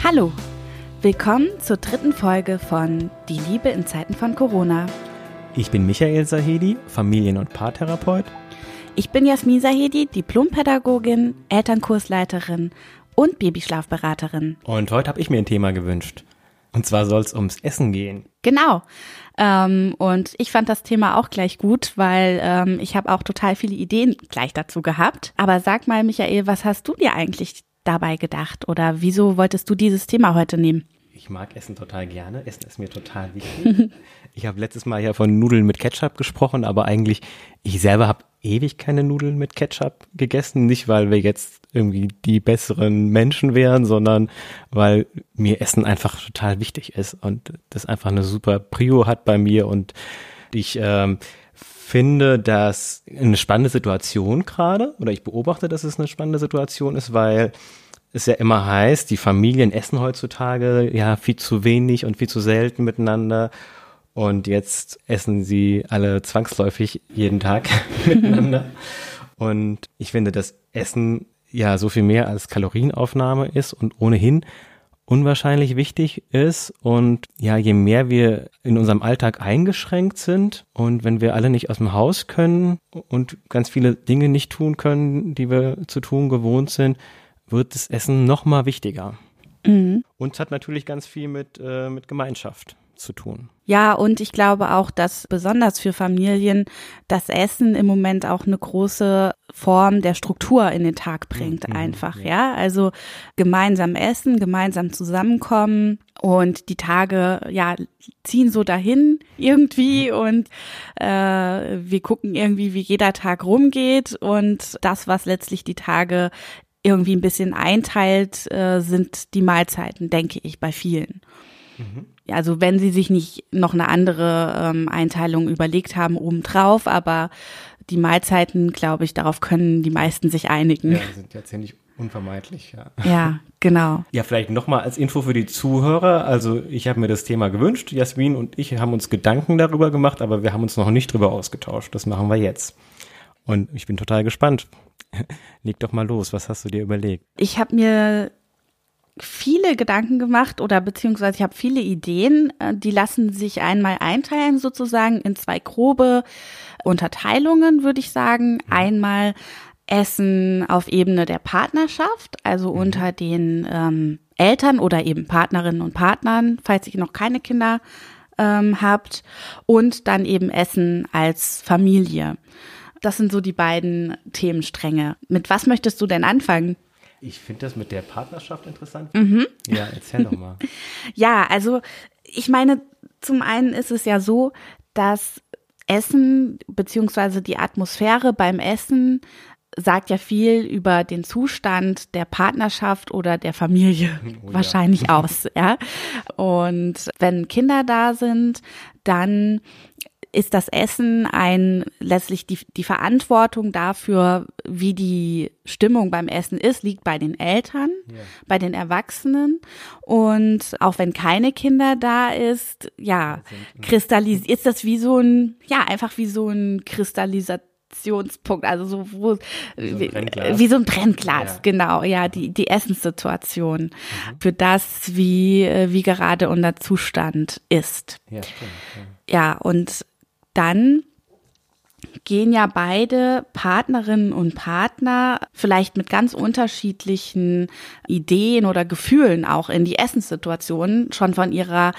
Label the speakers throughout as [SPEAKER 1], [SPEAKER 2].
[SPEAKER 1] Hallo, willkommen zur 3. Folge von Die Liebe in Zeiten von Corona.
[SPEAKER 2] Ich bin Michael Sahedi, Familien- und Paartherapeut.
[SPEAKER 1] Ich bin Jasmin Sahedi, Diplompädagogin, Elternkursleiterin und Babyschlafberaterin.
[SPEAKER 2] Und heute habe ich mir ein Thema gewünscht. Und zwar soll es ums Essen gehen.
[SPEAKER 1] Genau. Und ich fand das Thema auch gleich gut, weil ich habe auch total viele Ideen gleich dazu gehabt. Aber sag mal, Michael, was hast du dir eigentlich dabei gedacht? Oder wieso wolltest du dieses Thema heute nehmen?
[SPEAKER 2] Ich mag Essen total gerne. Essen ist mir total wichtig. Ich habe letztes Mal ja von Nudeln mit Ketchup gesprochen, aber eigentlich, ich selber habe ewig keine Nudeln mit Ketchup gegessen. Nicht, weil wir jetzt irgendwie die besseren Menschen wären, sondern weil mir Essen einfach total wichtig ist und das einfach eine super Prio hat bei mir. Und ich finde, dass eine spannende Situation gerade, oder ich beobachte, dass es eine spannende Situation ist, weil es ja immer heißt, die Familien essen heutzutage ja viel zu wenig und viel zu selten miteinander. Und jetzt essen sie alle zwangsläufig jeden Tag miteinander. Und ich finde, dass Essen ja so viel mehr als Kalorienaufnahme ist und ohnehin unwahrscheinlich wichtig ist. Und ja, je mehr wir in unserem Alltag eingeschränkt sind und wenn wir alle nicht aus dem Haus können und ganz viele Dinge nicht tun können, die wir zu tun gewohnt sind, wird das Essen noch mal wichtiger. Mhm. Und es hat natürlich ganz viel mit Gemeinschaft zu tun.
[SPEAKER 1] Ja, und ich glaube auch, dass besonders für Familien das Essen im Moment auch eine große Form der Struktur in den Tag bringt, einfach, ja. Also gemeinsam essen, gemeinsam zusammenkommen und die Tage, ja, ziehen so dahin irgendwie und wir gucken irgendwie, wie jeder Tag rumgeht und das, was letztlich die Tage irgendwie ein bisschen einteilt, sind die Mahlzeiten, denke ich, bei vielen. Also wenn sie sich nicht noch eine andere Einteilung überlegt haben obendrauf, aber die Mahlzeiten, glaube ich, darauf können die meisten sich einigen.
[SPEAKER 2] Ja, sind ja ziemlich unvermeidlich, ja.
[SPEAKER 1] Ja, genau.
[SPEAKER 2] Ja, vielleicht nochmal als Info für die Zuhörer. Also ich habe mir das Thema gewünscht. Jasmin und ich haben uns Gedanken darüber gemacht, aber wir haben uns noch nicht drüber ausgetauscht. Das machen wir jetzt. Und ich bin total gespannt. Leg doch mal los. Was hast du dir überlegt?
[SPEAKER 1] Ich habe mir viele Gedanken gemacht oder beziehungsweise ich habe viele Ideen, die lassen sich einmal einteilen sozusagen in 2 grobe Unterteilungen, würde ich sagen. Einmal Essen auf Ebene der Partnerschaft, also unter den Eltern oder eben Partnerinnen und Partnern, falls ihr noch keine Kinder habt, und dann eben Essen als Familie. Das sind so die beiden Themenstränge. Mit was möchtest du denn anfangen?
[SPEAKER 2] Ich finde das mit der Partnerschaft interessant.
[SPEAKER 1] Ja,
[SPEAKER 2] erzähl doch mal.
[SPEAKER 1] Ja, also ich meine, zum einen ist es ja so, dass Essen beziehungsweise die Atmosphäre beim Essen sagt ja viel über den Zustand der Partnerschaft oder der Familie wahrscheinlich aus, ja. Und wenn Kinder da sind, dann ist das Essen letztlich die Verantwortung dafür, wie die Stimmung beim Essen ist, liegt bei den Eltern, bei den Erwachsenen. Und auch wenn keine Kinder da ist, ja, ist das wie so ein, ja, einfach wie so ein Kristallisationspunkt, also so wie so ein Brennglas, genau, ja, die Essenssituation für das, wie gerade unser Zustand ist.
[SPEAKER 2] Ja, stimmt.
[SPEAKER 1] Ja, und dann gehen ja beide Partnerinnen und Partner vielleicht mit ganz unterschiedlichen Ideen oder Gefühlen auch in die Essenssituation, schon von ihrer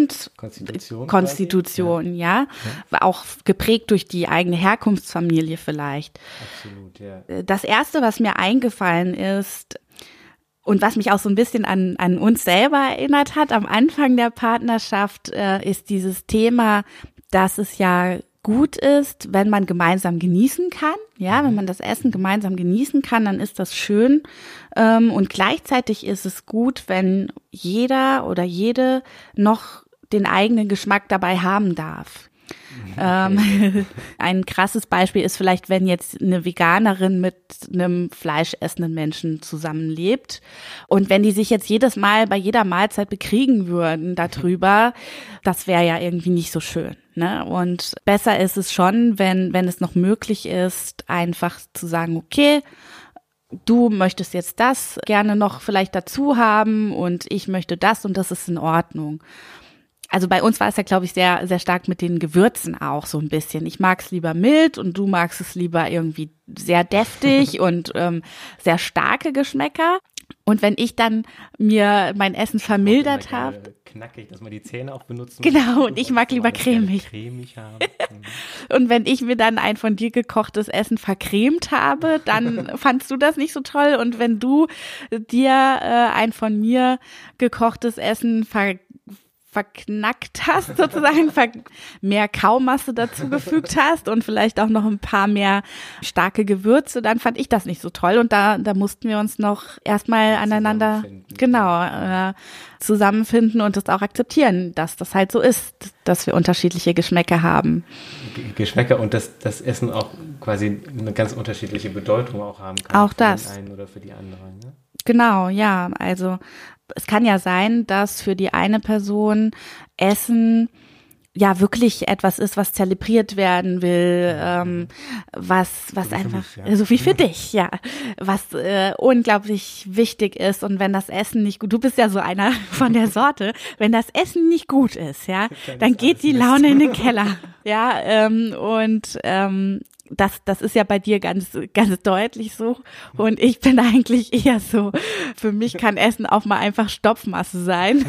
[SPEAKER 1] Grundkonstitution, ja, auch geprägt durch die eigene Herkunftsfamilie vielleicht.
[SPEAKER 2] Absolut, ja.
[SPEAKER 1] Das Erste, was mir eingefallen ist und was mich auch so ein bisschen an uns selber erinnert hat, am Anfang der Partnerschaft, ist dieses Thema, dass es ja gut ist, wenn man gemeinsam genießen kann. Ja, wenn man das Essen gemeinsam genießen kann, dann ist das schön. Und gleichzeitig ist es gut, wenn jeder oder jede noch den eigenen Geschmack dabei haben darf. Okay. Ein krasses Beispiel ist vielleicht, wenn jetzt eine Veganerin mit einem fleischessenden Menschen zusammenlebt und wenn die sich jetzt jedes Mal bei jeder Mahlzeit bekriegen würden darüber, das wäre ja irgendwie nicht so schön, ne? Und besser ist es schon, wenn es noch möglich ist, einfach zu sagen, okay, du möchtest jetzt das gerne noch vielleicht dazu haben und ich möchte das und das ist in Ordnung. Also bei uns war es ja, glaube ich, sehr, sehr stark mit den Gewürzen auch so ein bisschen. Ich mag es lieber mild und du magst es lieber irgendwie sehr deftig und sehr starke Geschmäcker. Und wenn ich dann mir mein Essen vermildert habe.
[SPEAKER 2] Knackig, dass man die Zähne auch benutzen.
[SPEAKER 1] Genau, und ich mag lieber cremig.
[SPEAKER 2] Cremig haben.
[SPEAKER 1] Und wenn ich mir dann ein von dir gekochtes Essen vercremt habe, dann fandst du das nicht so toll. Und wenn du dir ein von mir gekochtes Essen verknackt hast, sozusagen, mehr Kaumasse dazugefügt hast und vielleicht auch noch ein paar mehr starke Gewürze, dann fand ich das nicht so toll und da mussten wir uns noch erstmal aneinander, zusammenfinden und das auch akzeptieren, dass das halt so ist, dass wir unterschiedliche Geschmäcker haben.
[SPEAKER 2] Geschmäcker und dass das Essen auch quasi eine ganz unterschiedliche Bedeutung auch haben kann.
[SPEAKER 1] Auch das.
[SPEAKER 2] Für den einen oder für die anderen, ne?
[SPEAKER 1] Genau, ja, also es kann ja sein, dass für die eine Person Essen ja wirklich etwas ist, was zelebriert werden will, was so einfach, mich, ja. So wie für dich, ja, was unglaublich wichtig ist und wenn das Essen nicht gut, du bist ja so einer von der Sorte, wenn das Essen nicht gut ist, ja, dann geht die Laune in den Keller, ja, das ist ja bei dir ganz, ganz deutlich so. Und ich bin eigentlich eher so, für mich kann Essen auch mal einfach Stopfmasse sein.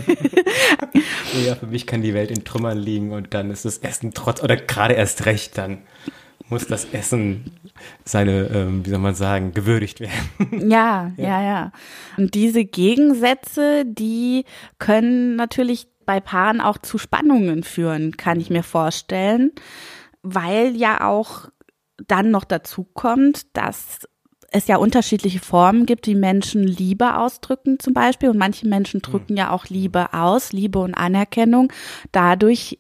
[SPEAKER 2] Ja, für mich kann die Welt in Trümmern liegen und dann ist das Essen oder gerade erst recht, dann muss das Essen seine, wie soll man sagen, gewürdigt werden.
[SPEAKER 1] Ja. Und diese Gegensätze, die können natürlich bei Paaren auch zu Spannungen führen, kann ich mir vorstellen, weil ja auch dann noch dazu kommt, dass es ja unterschiedliche Formen gibt, wie Menschen Liebe ausdrücken zum Beispiel. Und manche Menschen drücken ja auch Liebe aus, Liebe und Anerkennung, dadurch,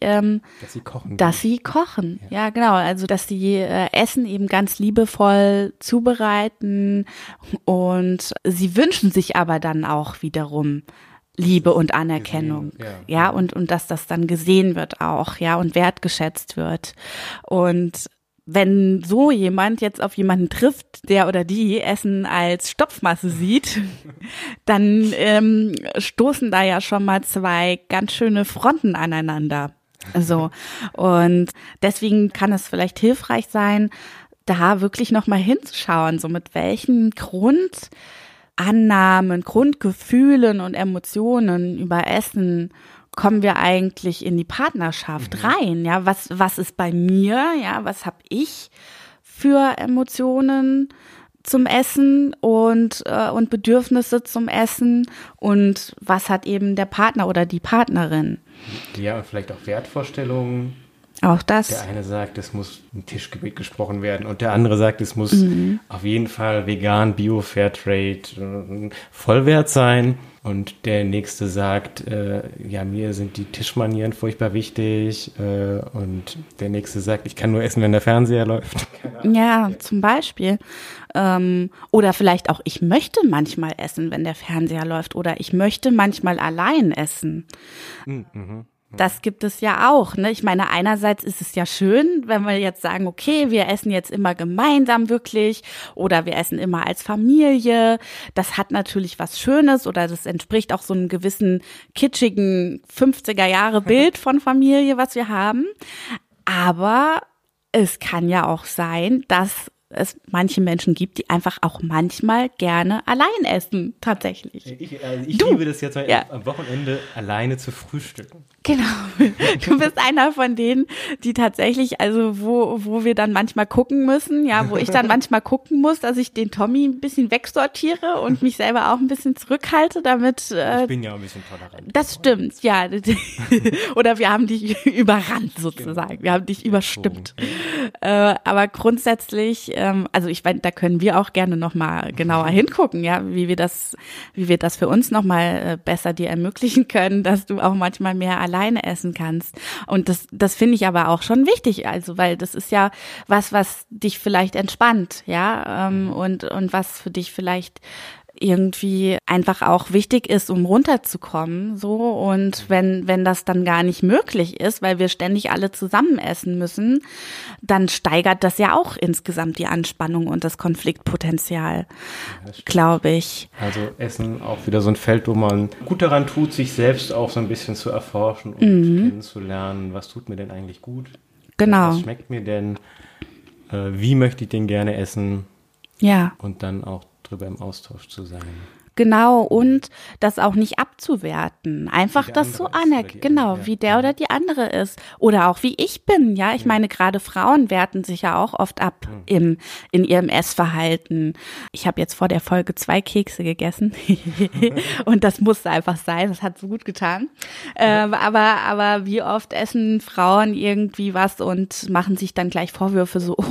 [SPEAKER 1] dass sie kochen. Ja, genau. Also, dass sie Essen eben ganz liebevoll zubereiten. Und sie wünschen sich aber dann auch wiederum Liebe und Anerkennung. Ja, und dass das dann gesehen wird auch, ja, und wertgeschätzt wird. Und wenn so jemand jetzt auf jemanden trifft, der oder die Essen als Stopfmasse sieht, dann stoßen da ja schon mal zwei ganz schöne Fronten aneinander. So. Und deswegen kann es vielleicht hilfreich sein, da wirklich nochmal hinzuschauen, so mit welchen Grundannahmen, Grundgefühlen und Emotionen über Essen kommen wir eigentlich in die Partnerschaft rein? Ja, was ist bei mir? Ja, was habe ich für Emotionen zum Essen und Bedürfnisse zum Essen und was hat eben der Partner oder die Partnerin?
[SPEAKER 2] Ja, und vielleicht auch Wertvorstellungen.
[SPEAKER 1] Auch das.
[SPEAKER 2] Der eine sagt, es muss ein Tischgebet gesprochen werden und der andere sagt, es muss auf jeden Fall vegan, Bio, Fairtrade, Vollwert sein. Und der nächste sagt, ja, mir sind die Tischmanieren furchtbar wichtig. Und der nächste sagt, ich kann nur essen, wenn der Fernseher läuft.
[SPEAKER 1] Ja, zum Beispiel. Oder vielleicht auch, ich möchte manchmal essen, wenn der Fernseher läuft. Oder ich möchte manchmal allein essen. Das gibt es ja auch, ne? Ich meine, einerseits ist es ja schön, wenn wir jetzt sagen, okay, wir essen jetzt immer gemeinsam wirklich oder wir essen immer als Familie. Das hat natürlich was Schönes oder das entspricht auch so einem gewissen kitschigen 50er-Jahre-Bild von Familie, was wir haben. Aber es kann ja auch sein, dass es manche Menschen gibt, die einfach auch manchmal gerne allein essen, tatsächlich.
[SPEAKER 2] Ich liebe das jetzt am Wochenende alleine zu frühstücken.
[SPEAKER 1] Genau. Du bist einer von denen, die tatsächlich, also wo wir dann manchmal gucken müssen, ja, wo ich dann manchmal gucken muss, dass ich den Tommy ein bisschen wegsortiere und mich selber auch ein bisschen zurückhalte, damit
[SPEAKER 2] ich bin ja ein bisschen tolerant.
[SPEAKER 1] Das stimmt, ja. Oder wir haben dich überrannt sozusagen. Wir haben dich überstimmt. Aber grundsätzlich, also ich meine, da können wir auch gerne noch mal genauer hingucken, ja, wie wir das für uns noch mal besser dir ermöglichen können, dass du auch manchmal mehr alleine essen kannst. Und das finde ich aber auch schon wichtig, also weil das ist ja was dich vielleicht entspannt, ja, und was für dich vielleicht irgendwie einfach auch wichtig ist, um runterzukommen, so. Und wenn das dann gar nicht möglich ist, weil wir ständig alle zusammen essen müssen, dann steigert das ja auch insgesamt die Anspannung und das Konfliktpotenzial, glaube ich.
[SPEAKER 2] Also Essen auch wieder so ein Feld, wo man gut daran tut, sich selbst auch so ein bisschen zu erforschen und kennenzulernen, was tut mir denn eigentlich gut?
[SPEAKER 1] Genau.
[SPEAKER 2] Was schmeckt mir denn? Wie möchte ich den gerne essen?
[SPEAKER 1] Ja.
[SPEAKER 2] Und dann auch drüber im Austausch zu sein.
[SPEAKER 1] Genau, und das auch nicht abzuwerten. Einfach das so anerkennen, genau, wie der oder die andere ist. Oder auch wie ich bin, ja. Ich meine, gerade Frauen werten sich ja auch oft ab in ihrem Essverhalten. Ich habe jetzt vor der Folge 2 Kekse gegessen und das musste einfach sein, das hat so gut getan. Aber wie oft essen Frauen irgendwie was und machen sich dann gleich Vorwürfe so,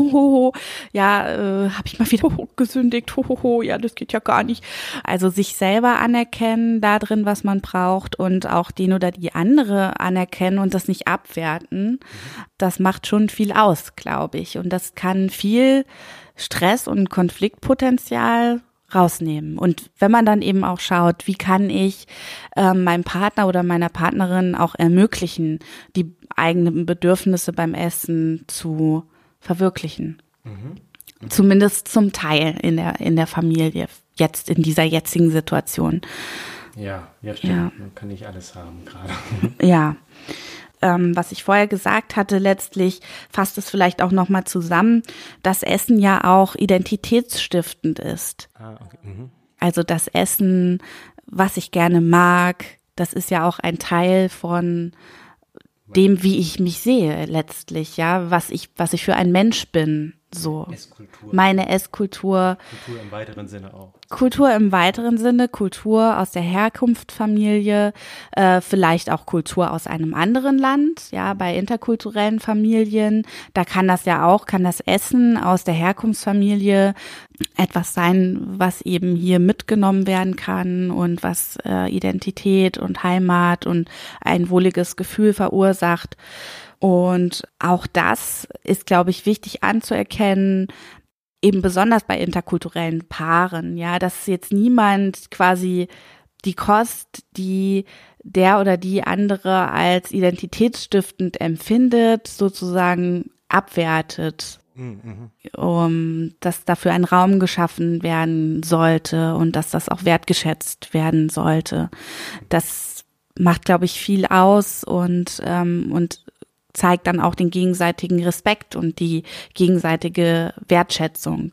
[SPEAKER 1] habe ich mal wieder gesündigt, ja, das geht ja gar nicht. Also sich selber anerkennen da drin, was man braucht und auch den oder die andere anerkennen und das nicht abwerten, das macht schon viel aus, glaube ich. Und das kann viel Stress und Konfliktpotenzial rausnehmen. Und wenn man dann eben auch schaut, wie kann ich meinem Partner oder meiner Partnerin auch ermöglichen, die eigenen Bedürfnisse beim Essen zu verwirklichen. Zumindest zum Teil in der Familie, jetzt in dieser jetzigen Situation.
[SPEAKER 2] Ja, stimmt. Ja. Man kann nicht alles haben gerade.
[SPEAKER 1] Ja. Was ich vorher gesagt hatte, letztlich fasst es vielleicht auch nochmal zusammen, dass Essen ja auch identitätsstiftend ist. Okay. Also das Essen, was ich gerne mag, das ist ja auch ein Teil von dem, wie ich mich sehe letztlich, ja, was ich für ein Mensch bin. So, meine Esskultur.
[SPEAKER 2] Kultur im weiteren Sinne auch.
[SPEAKER 1] Kultur im weiteren Sinne, Kultur aus der Herkunftsfamilie, vielleicht auch Kultur aus einem anderen Land, ja, bei interkulturellen Familien. Da kann das Essen aus der Herkunftsfamilie etwas sein, was eben hier mitgenommen werden kann und was Identität und Heimat und ein wohliges Gefühl verursacht. Und auch das ist, glaube ich, wichtig anzuerkennen, eben besonders bei interkulturellen Paaren, ja, dass jetzt niemand quasi die Kost, die der oder die andere als identitätsstiftend empfindet, sozusagen abwertet. Dass dafür ein Raum geschaffen werden sollte und dass das auch wertgeschätzt werden sollte. Das macht, glaube ich, viel aus und zeigt dann auch den gegenseitigen Respekt und die gegenseitige Wertschätzung.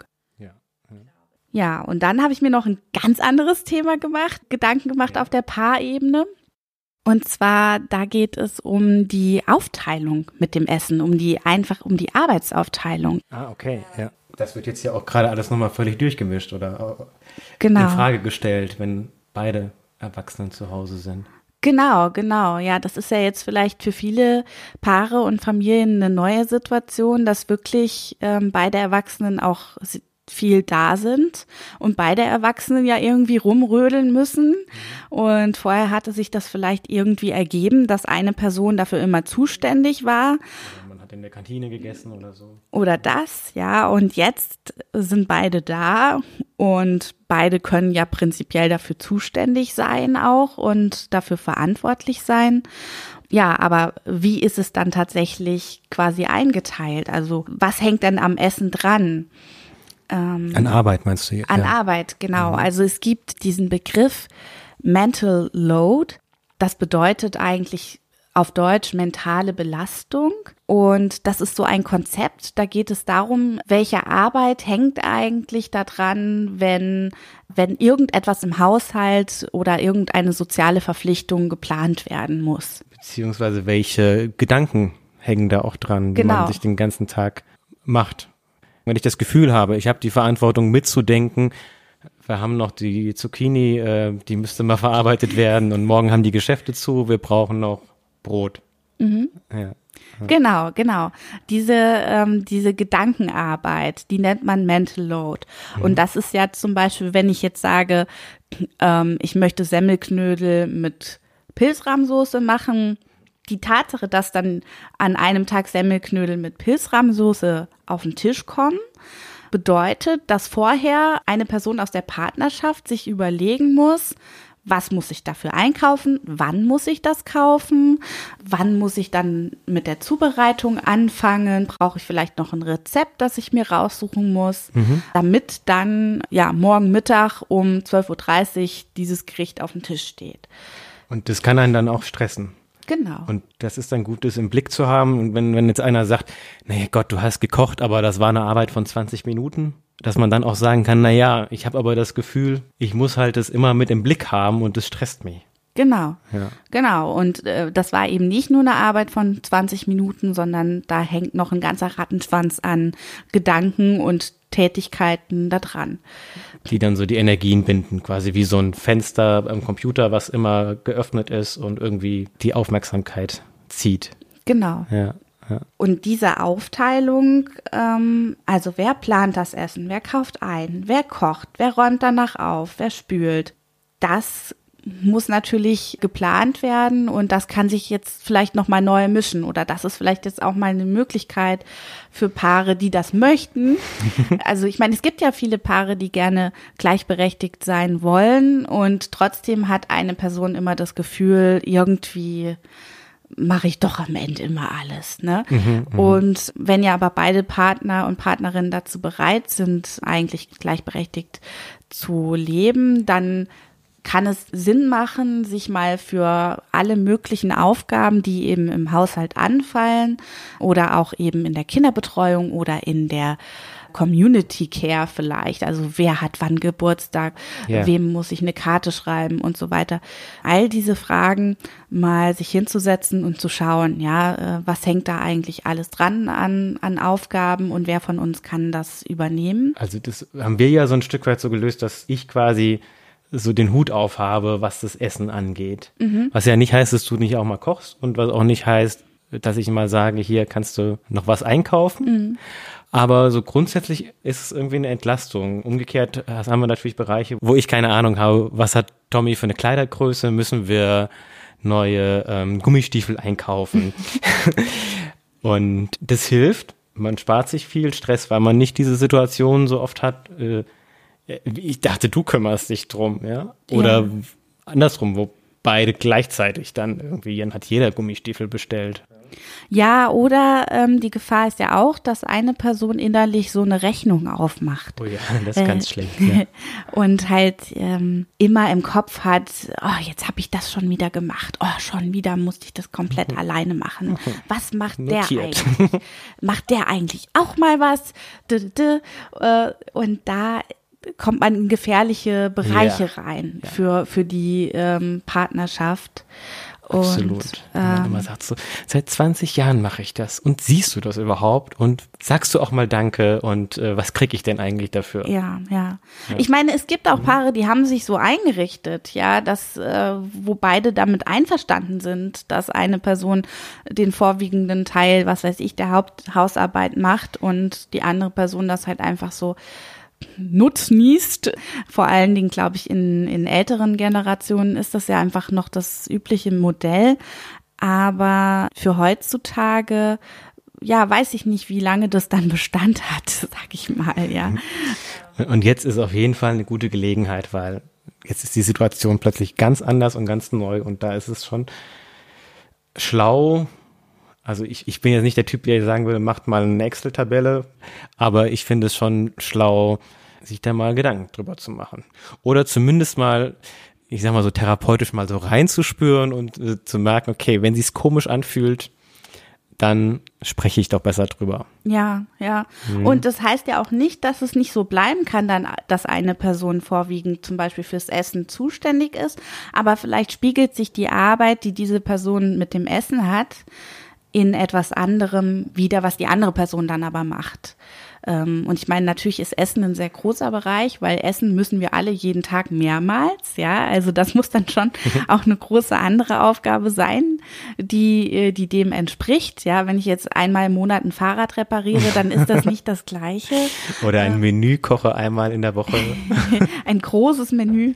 [SPEAKER 1] Ja, und dann habe ich mir noch ein ganz anderes Thema Gedanken gemacht auf der Paarebene. Und zwar, da geht es um die Aufteilung mit dem Essen, um die Arbeitsaufteilung.
[SPEAKER 2] Okay, ja. Das wird jetzt ja auch gerade alles nochmal völlig durchgemischt oder
[SPEAKER 1] in
[SPEAKER 2] Frage gestellt, wenn beide Erwachsenen zu Hause sind.
[SPEAKER 1] Genau. Ja, das ist ja jetzt vielleicht für viele Paare und Familien eine neue Situation, dass wirklich beide Erwachsenen auch viel da sind und beide Erwachsenen ja irgendwie rumrödeln müssen. Und vorher hatte sich das vielleicht irgendwie ergeben, dass eine Person dafür immer zuständig war.
[SPEAKER 2] Man hat in der Kantine gegessen oder so.
[SPEAKER 1] Oder das, ja. Und jetzt sind beide da und beide können ja prinzipiell dafür zuständig sein auch und dafür verantwortlich sein. Ja, aber wie ist es dann tatsächlich quasi eingeteilt? Also was hängt denn am Essen dran?
[SPEAKER 2] An Arbeit meinst du jetzt?
[SPEAKER 1] An Arbeit, genau. Also es gibt diesen Begriff Mental Load. Das bedeutet eigentlich auf Deutsch mentale Belastung. Und das ist so ein Konzept, da geht es darum, welche Arbeit hängt eigentlich daran, wenn irgendetwas im Haushalt oder irgendeine soziale Verpflichtung geplant werden muss.
[SPEAKER 2] Beziehungsweise welche Gedanken hängen da auch dran, die man sich den ganzen Tag macht. Wenn ich das Gefühl habe, ich habe die Verantwortung mitzudenken, wir haben noch die Zucchini, die müsste mal verarbeitet werden und morgen haben die Geschäfte zu, wir brauchen noch Brot. Ja.
[SPEAKER 1] Genau. Diese Gedankenarbeit, die nennt man Mental Load. Und das ist ja zum Beispiel, wenn ich jetzt sage, ich möchte Semmelknödel mit Pilzrahmsoße machen, die Tatsache, dass dann an einem Tag Semmelknödel mit Pilzrahmsoße auf den Tisch kommen, bedeutet, dass vorher eine Person aus der Partnerschaft sich überlegen muss, was muss ich dafür einkaufen? Wann muss ich das kaufen? Wann muss ich dann mit der Zubereitung anfangen? Brauche ich vielleicht noch ein Rezept, das ich mir raussuchen muss, damit dann morgen Mittag um 12:30 Uhr dieses Gericht auf dem Tisch steht.
[SPEAKER 2] Und das kann einen dann auch stressen.
[SPEAKER 1] Genau.
[SPEAKER 2] Und das ist dann gut, das im Blick zu haben. Und wenn jetzt einer sagt, naja Gott, du hast gekocht, aber das war eine Arbeit von 20 Minuten, dass man dann auch sagen kann, naja, ich habe aber das Gefühl, ich muss halt das immer mit im Blick haben und das stresst mich.
[SPEAKER 1] Genau,
[SPEAKER 2] Ja.
[SPEAKER 1] genau. Und das war eben nicht nur eine Arbeit von 20 Minuten, sondern da hängt noch ein ganzer Rattenschwanz an Gedanken und Tätigkeiten da dran.
[SPEAKER 2] Die dann so die Energien binden, quasi wie so ein Fenster am Computer, was immer geöffnet ist und irgendwie die Aufmerksamkeit zieht.
[SPEAKER 1] Genau.
[SPEAKER 2] Ja. Ja.
[SPEAKER 1] Und diese Aufteilung, also wer plant das Essen, wer kauft ein, wer kocht, wer räumt danach auf, wer spült, das muss natürlich geplant werden und das kann sich jetzt vielleicht nochmal neu mischen oder das ist vielleicht jetzt auch mal eine Möglichkeit für Paare, die das möchten. Also ich meine, es gibt ja viele Paare, die gerne gleichberechtigt sein wollen und trotzdem hat eine Person immer das Gefühl, irgendwie mache ich doch am Ende immer alles, ne? Und wenn ja aber beide Partner und Partnerinnen dazu bereit sind, eigentlich gleichberechtigt zu leben, dann kann es Sinn machen, sich mal für alle möglichen Aufgaben, die eben im Haushalt anfallen oder auch eben in der Kinderbetreuung oder in der Community Care vielleicht, also wer hat wann Geburtstag, wem muss ich eine Karte schreiben und so weiter. All diese Fragen mal sich hinzusetzen und zu schauen, was hängt da eigentlich alles dran an Aufgaben und wer von uns kann das übernehmen.
[SPEAKER 2] Also das haben wir ja so ein Stück weit so gelöst, dass ich quasi so den Hut auf habe, was das Essen angeht. Was ja nicht heißt, dass du nicht auch mal kochst und was auch nicht heißt, dass ich mal sage, hier kannst du noch was einkaufen. Aber so grundsätzlich ist es irgendwie eine Entlastung. Umgekehrt haben wir natürlich Bereiche, wo ich keine Ahnung habe, was hat Tommy für eine Kleidergröße, müssen wir neue Gummistiefel einkaufen. Und das hilft. Man spart sich viel Stress, weil man nicht diese Situation so oft hat. Ich dachte, du kümmerst dich drum, ja? Oder andersrum, wo beide gleichzeitig dann irgendwie, dann hat jeder Gummistiefel bestellt.
[SPEAKER 1] Ja, oder die Gefahr ist ja auch, dass eine Person innerlich so eine Rechnung aufmacht.
[SPEAKER 2] Oh ja, das ist ganz schlecht. Ja.
[SPEAKER 1] Und halt immer im Kopf hat, oh, jetzt habe ich das schon wieder gemacht. Oh, schon wieder musste ich das komplett alleine machen. Was macht der eigentlich? Macht der eigentlich auch mal was? Und da kommt man in gefährliche Bereiche rein für die Partnerschaft.
[SPEAKER 2] Absolut.
[SPEAKER 1] Und,
[SPEAKER 2] wenn man immer sagt so, seit 20 Jahren mache ich das und siehst du das überhaupt und sagst du auch mal Danke und was kriege ich denn eigentlich dafür?
[SPEAKER 1] Ja. Ich meine, es gibt auch Paare, die haben sich so eingerichtet, dass wo beide damit einverstanden sind, dass eine Person den vorwiegenden Teil, was weiß ich, der Hausarbeit macht und die andere Person das halt einfach so nutznießt. Vor allen Dingen, glaube ich, in älteren Generationen ist das ja einfach noch das übliche Modell. Aber für heutzutage, weiß ich nicht, wie lange das dann Bestand hat, sag ich mal, ja.
[SPEAKER 2] Und jetzt ist auf jeden Fall eine gute Gelegenheit, weil jetzt ist die Situation plötzlich ganz anders und ganz neu und da ist es schon schlau. Also ich bin jetzt nicht der Typ, der sagen würde, macht mal eine Excel-Tabelle, aber ich finde es schon schlau, sich da mal Gedanken drüber zu machen. Oder zumindest mal, ich sag mal so therapeutisch mal so reinzuspüren und zu merken, okay, wenn sich's komisch anfühlt, dann spreche ich doch besser drüber.
[SPEAKER 1] Ja. Und das heißt ja auch nicht, dass es nicht so bleiben kann, dann, dass eine Person vorwiegend zum Beispiel fürs Essen zuständig ist, aber vielleicht spiegelt sich die Arbeit, die diese Person mit dem Essen hat, in etwas anderem wieder, was die andere Person dann aber macht. Und ich meine, natürlich ist Essen ein sehr großer Bereich, weil essen müssen wir alle jeden Tag mehrmals, also das muss dann schon auch eine große andere Aufgabe sein, die dem entspricht, wenn ich jetzt einmal im Monat ein Fahrrad repariere, dann ist das nicht das Gleiche.
[SPEAKER 2] Oder ein Menü koche einmal in der Woche.
[SPEAKER 1] Ein großes Menü,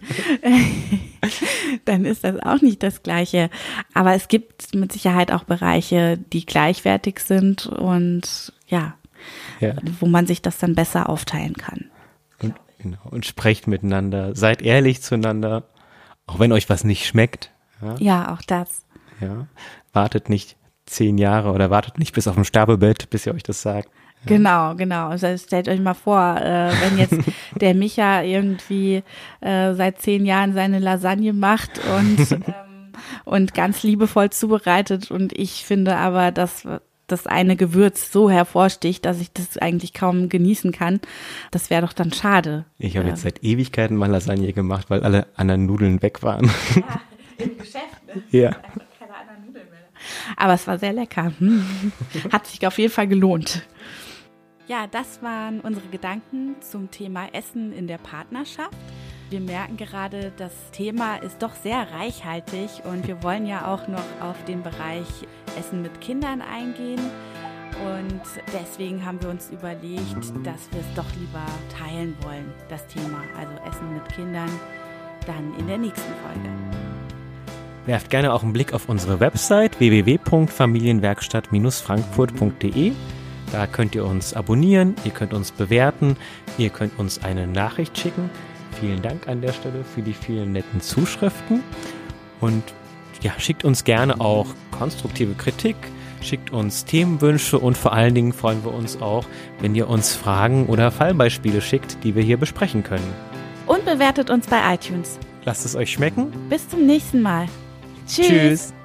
[SPEAKER 1] dann ist das auch nicht das Gleiche. Aber es gibt mit Sicherheit auch Bereiche, die gleichwertig sind und
[SPEAKER 2] Ja.
[SPEAKER 1] wo man sich das dann besser aufteilen kann.
[SPEAKER 2] Und sprecht miteinander, seid ehrlich zueinander, auch wenn euch was nicht schmeckt.
[SPEAKER 1] Ja, auch das.
[SPEAKER 2] Ja. Wartet nicht 10 Jahre oder wartet nicht bis auf dem Sterbebett, bis ihr euch das sagt.
[SPEAKER 1] Ja. Genau. Also stellt euch mal vor, wenn jetzt der Micha irgendwie seit 10 Jahren seine Lasagne macht und ganz liebevoll zubereitet und ich finde aber, dass das eine Gewürz so hervorsticht, dass ich das eigentlich kaum genießen kann. Das wäre doch dann schade.
[SPEAKER 2] Ich habe jetzt seit Ewigkeiten mal Lasagne gemacht, weil alle anderen Nudeln weg waren.
[SPEAKER 1] Ja, im Geschäft, ne?
[SPEAKER 2] Ja.
[SPEAKER 1] Keine anderen Nudeln mehr. Aber es war sehr lecker. Hat sich auf jeden Fall gelohnt. Ja, das waren unsere Gedanken zum Thema Essen in der Partnerschaft. Wir merken gerade, das Thema ist doch sehr reichhaltig und wir wollen ja auch noch auf den Bereich Essen mit Kindern eingehen. Und deswegen haben wir uns überlegt, dass wir es doch lieber teilen wollen, das Thema. Also Essen mit Kindern, dann in der nächsten Folge.
[SPEAKER 2] Werft gerne auch einen Blick auf unsere Website www.familienwerkstatt-frankfurt.de. Da könnt ihr uns abonnieren, ihr könnt uns bewerten, ihr könnt uns eine Nachricht schicken. Vielen Dank an der Stelle für die vielen netten Zuschriften. Und ja, schickt uns gerne auch konstruktive Kritik, schickt uns Themenwünsche und vor allen Dingen freuen wir uns auch, wenn ihr uns Fragen oder Fallbeispiele schickt, die wir hier besprechen können.
[SPEAKER 1] Und bewertet uns bei iTunes.
[SPEAKER 2] Lasst es euch schmecken.
[SPEAKER 1] Bis zum nächsten Mal.
[SPEAKER 2] Tschüss.